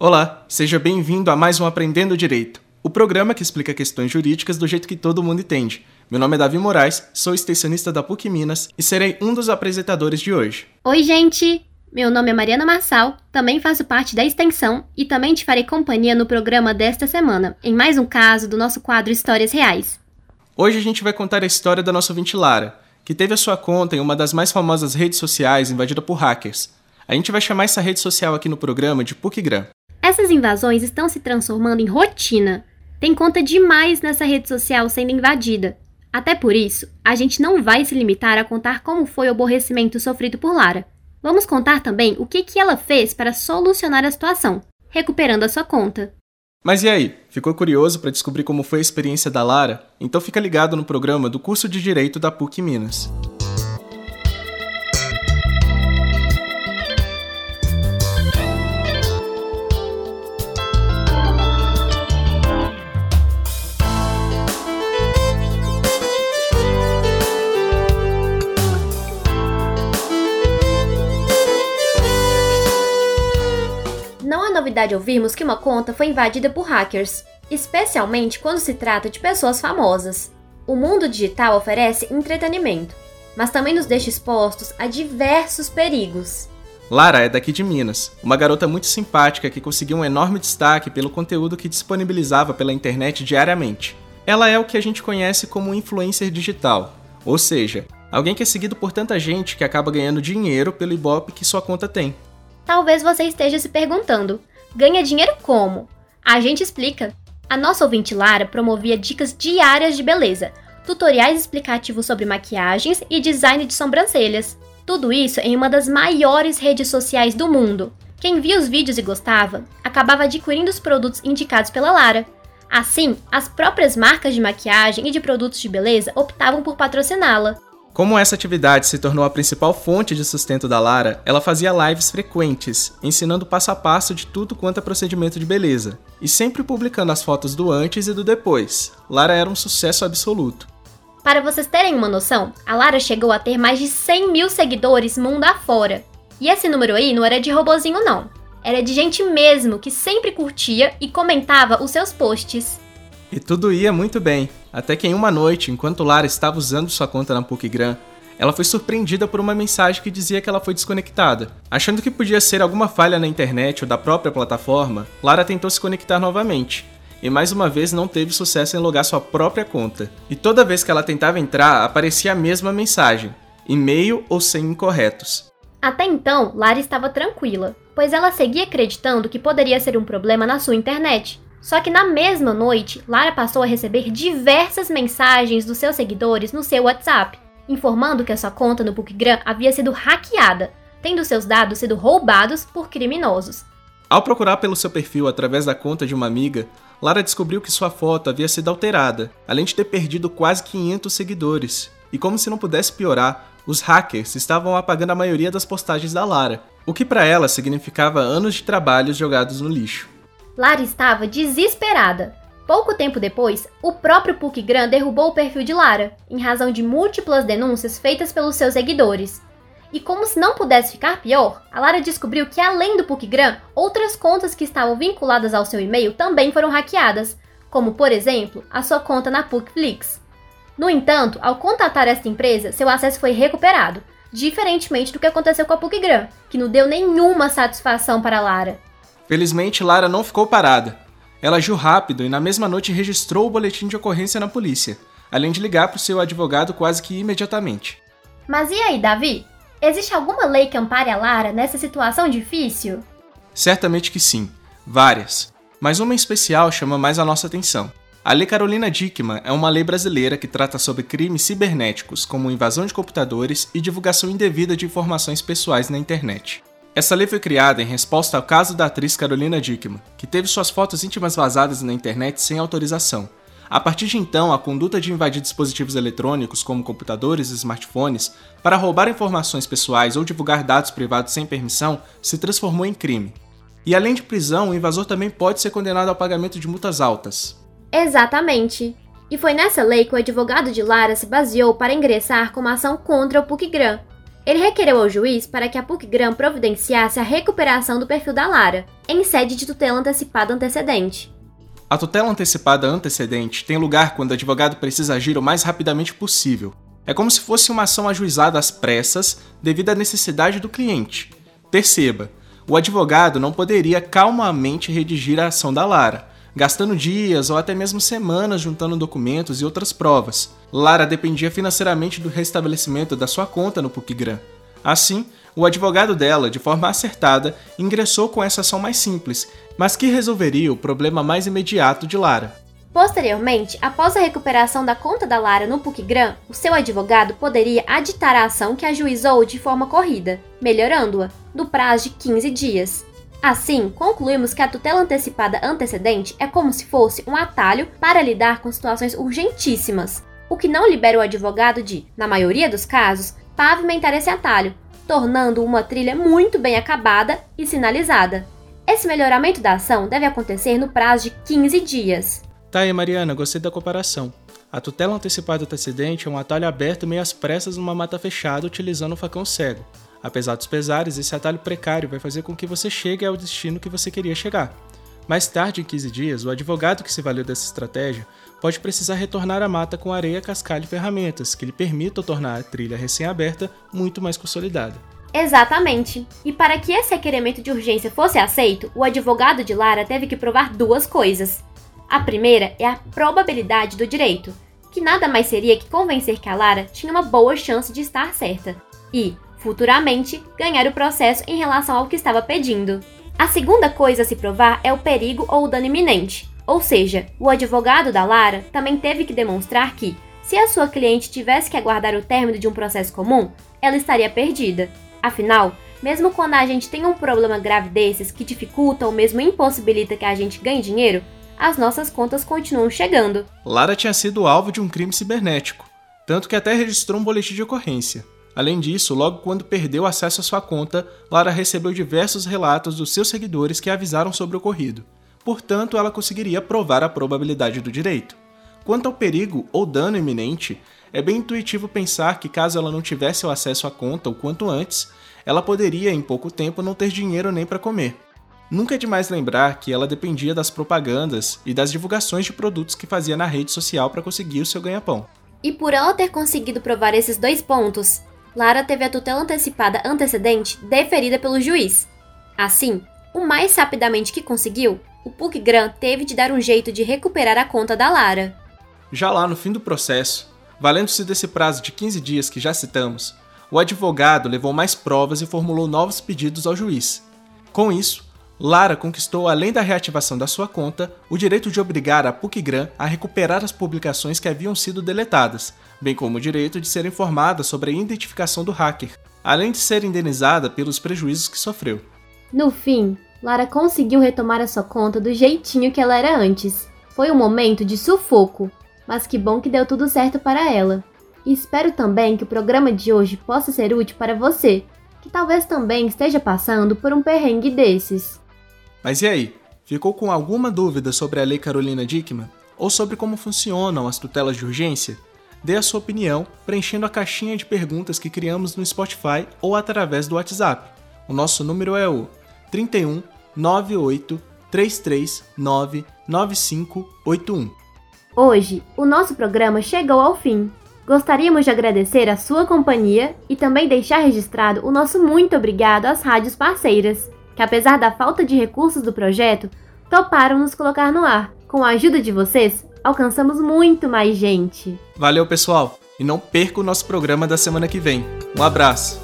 Olá, seja bem-vindo a mais um Aprendendo Direito, o programa que explica questões jurídicas do jeito que todo mundo entende. Meu nome é Davi Moraes, sou extensionista da PUC Minas e serei um dos apresentadores de hoje. Oi, gente! Meu nome é Mariana Marçal, também faço parte da extensão e também te farei companhia no programa desta semana, em mais um caso do nosso quadro Histórias Reais. Hoje a gente vai contar a história da nossa ouvinte Lara, que teve a sua conta em uma das mais famosas redes sociais invadida por hackers. A gente vai chamar essa rede social aqui no programa de PUCgram. Essas invasões estão se transformando em rotina. Tem conta demais nessa rede social sendo invadida. Até por isso, a gente não vai se limitar a contar como foi o aborrecimento sofrido por Lara. Vamos contar também o que ela fez para solucionar a situação, recuperando a sua conta. Mas e aí, ficou curioso para descobrir como foi a experiência da Lara? Então fica ligado no programa do curso de Direito da PUC Minas. Não é novidade ouvirmos que uma conta foi invadida por hackers, especialmente quando se trata de pessoas famosas. O mundo digital oferece entretenimento, mas também nos deixa expostos a diversos perigos. Lara é daqui de Minas, uma garota muito simpática que conseguiu um enorme destaque pelo conteúdo que disponibilizava pela internet diariamente. Ela é o que a gente conhece como influencer digital, ou seja, alguém que é seguido por tanta gente que acaba ganhando dinheiro pelo ibope que sua conta tem. Talvez você esteja se perguntando, ganha dinheiro como? A gente explica. A nossa ouvinte Lara promovia dicas diárias de beleza, tutoriais explicativos sobre maquiagens e design de sobrancelhas. Tudo isso em uma das maiores redes sociais do mundo. Quem via os vídeos e gostava, acabava adquirindo os produtos indicados pela Lara. Assim, as próprias marcas de maquiagem e de produtos de beleza optavam por patrociná-la. Como essa atividade se tornou a principal fonte de sustento da Lara, ela fazia lives frequentes, ensinando passo a passo de tudo quanto é procedimento de beleza, e sempre publicando as fotos do antes e do depois. Lara era um sucesso absoluto. Para vocês terem uma noção, a Lara chegou a ter mais de 100 mil seguidores mundo afora. E esse número aí não era de robozinho não, era de gente mesmo que sempre curtia e comentava os seus posts. E tudo ia muito bem, até que em uma noite, enquanto Lara estava usando sua conta na PUCgram, ela foi surpreendida por uma mensagem que dizia que ela foi desconectada. Achando que podia ser alguma falha na internet ou da própria plataforma, Lara tentou se conectar novamente, e mais uma vez não teve sucesso em logar sua própria conta. E toda vez que ela tentava entrar, aparecia a mesma mensagem, e-mail ou senha incorretos. Até então, Lara estava tranquila, pois ela seguia acreditando que poderia ser um problema na sua internet. Só que na mesma noite, Lara passou a receber diversas mensagens dos seus seguidores no seu WhatsApp, informando que a sua conta no PUCgram havia sido hackeada, tendo seus dados sido roubados por criminosos. Ao procurar pelo seu perfil através da conta de uma amiga, Lara descobriu que sua foto havia sido alterada, além de ter perdido quase 500 seguidores. E como se não pudesse piorar, os hackers estavam apagando a maioria das postagens da Lara, o que para ela significava anos de trabalhos jogados no lixo. Lara estava desesperada. Pouco tempo depois, o próprio PUCgram derrubou o perfil de Lara, em razão de múltiplas denúncias feitas pelos seus seguidores. E como se não pudesse ficar pior, a Lara descobriu que além do PUCgram, outras contas que estavam vinculadas ao seu e-mail também foram hackeadas, como por exemplo, a sua conta na PUCflix. No entanto, ao contatar esta empresa, seu acesso foi recuperado, diferentemente do que aconteceu com a PUCgram, que não deu nenhuma satisfação para Lara. Felizmente, Lara não ficou parada. Ela agiu rápido e na mesma noite registrou o boletim de ocorrência na polícia, além de ligar para o seu advogado quase que imediatamente. Mas e aí, Davi? Existe alguma lei que ampare a Lara nessa situação difícil? Certamente que sim, várias. Mas uma em especial chama mais a nossa atenção. A Lei Carolina Dickmann é uma lei brasileira que trata sobre crimes cibernéticos, como invasão de computadores e divulgação indevida de informações pessoais na internet. Essa lei foi criada em resposta ao caso da atriz Carolina Dickmann, que teve suas fotos íntimas vazadas na internet sem autorização. A partir de então, a conduta de invadir dispositivos eletrônicos, como computadores e smartphones, para roubar informações pessoais ou divulgar dados privados sem permissão, se transformou em crime. E além de prisão, o invasor também pode ser condenado ao pagamento de multas altas. Exatamente. E foi nessa lei que o advogado de Lara se baseou para ingressar com uma ação contra o PUCgram. Ele requereu ao juiz para que a PUC-GRAM providenciasse a recuperação do perfil da Lara, em sede de tutela antecipada antecedente. A tutela antecipada antecedente tem lugar quando o advogado precisa agir o mais rapidamente possível. É como se fosse uma ação ajuizada às pressas devido à necessidade do cliente. Perceba, o advogado não poderia calmamente redigir a ação da Lara, gastando dias ou até mesmo semanas juntando documentos e outras provas. Lara dependia financeiramente do restabelecimento da sua conta no PUC-GRAM. Assim, o advogado dela, de forma acertada, ingressou com essa ação mais simples, mas que resolveria o problema mais imediato de Lara. Posteriormente, após a recuperação da conta da Lara no PUC-GRAM, o seu advogado poderia aditar a ação que ajuizou de forma corrida, melhorando-a, no prazo de 15 dias. Assim, concluímos que a tutela antecipada antecedente é como se fosse um atalho para lidar com situações urgentíssimas, o que não libera o advogado de, na maioria dos casos, pavimentar esse atalho, tornando uma trilha muito bem acabada e sinalizada. Esse melhoramento da ação deve acontecer no prazo de 15 dias. Tá aí, Mariana, gostei da comparação. A tutela antecipada antecedente é um atalho aberto meio às pressas numa mata fechada utilizando um facão cego. Apesar dos pesares, esse atalho precário vai fazer com que você chegue ao destino que você queria chegar. Mais tarde, em 15 dias, o advogado que se valeu dessa estratégia pode precisar retornar à mata com areia, cascalho e ferramentas que lhe permitam tornar a trilha recém-aberta muito mais consolidada. Exatamente. E para que esse requerimento de urgência fosse aceito, o advogado de Lara teve que provar duas coisas. A primeira é a probabilidade do direito, que nada mais seria que convencer que a Lara tinha uma boa chance de estar certa e, futuramente, ganhar o processo em relação ao que estava pedindo. A segunda coisa a se provar é o perigo ou o dano iminente, ou seja, o advogado da Lara também teve que demonstrar que, se a sua cliente tivesse que aguardar o término de um processo comum, ela estaria perdida. Afinal, mesmo quando a gente tem um problema grave desses que dificulta ou mesmo impossibilita que a gente ganhe dinheiro, as nossas contas continuam chegando. Lara tinha sido alvo de um crime cibernético, tanto que até registrou um boletim de ocorrência. Além disso, logo quando perdeu acesso à sua conta, Lara recebeu diversos relatos dos seus seguidores que avisaram sobre o ocorrido. Portanto, ela conseguiria provar a probabilidade do direito. Quanto ao perigo ou dano iminente, é bem intuitivo pensar que caso ela não tivesse o acesso à conta o quanto antes, ela poderia, em pouco tempo, não ter dinheiro nem para comer. Nunca é demais lembrar que ela dependia das propagandas e das divulgações de produtos que fazia na rede social para conseguir o seu ganha-pão. E por ela ter conseguido provar esses dois pontos, Lara teve a tutela antecipada antecedente deferida pelo juiz. Assim, o mais rapidamente que conseguiu, o PUC-GRAM teve de dar um jeito de recuperar a conta da Lara. Já lá no fim do processo, valendo-se desse prazo de 15 dias que já citamos, o advogado levou mais provas e formulou novos pedidos ao juiz. Com isso, Lara conquistou, além da reativação da sua conta, o direito de obrigar a PUC-GRAM a recuperar as publicações que haviam sido deletadas, bem como o direito de ser informada sobre a identificação do hacker, além de ser indenizada pelos prejuízos que sofreu. No fim, Lara conseguiu retomar a sua conta do jeitinho que ela era antes. Foi um momento de sufoco, mas que bom que deu tudo certo para ela. E espero também que o programa de hoje possa ser útil para você, que talvez também esteja passando por um perrengue desses. Mas e aí? Ficou com alguma dúvida sobre a Lei Carolina Dickmann? Ou sobre como funcionam as tutelas de urgência? Dê a sua opinião preenchendo a caixinha de perguntas que criamos no Spotify ou através do WhatsApp. O nosso número é o 31 98 339 9581. Hoje, o nosso programa chegou ao fim. Gostaríamos de agradecer a sua companhia e também deixar registrado o nosso muito obrigado às rádios parceiras, que apesar da falta de recursos do projeto, toparam nos colocar no ar. Com a ajuda de vocês, alcançamos muito mais gente. Valeu, pessoal! E não perca o nosso programa da semana que vem. Um abraço!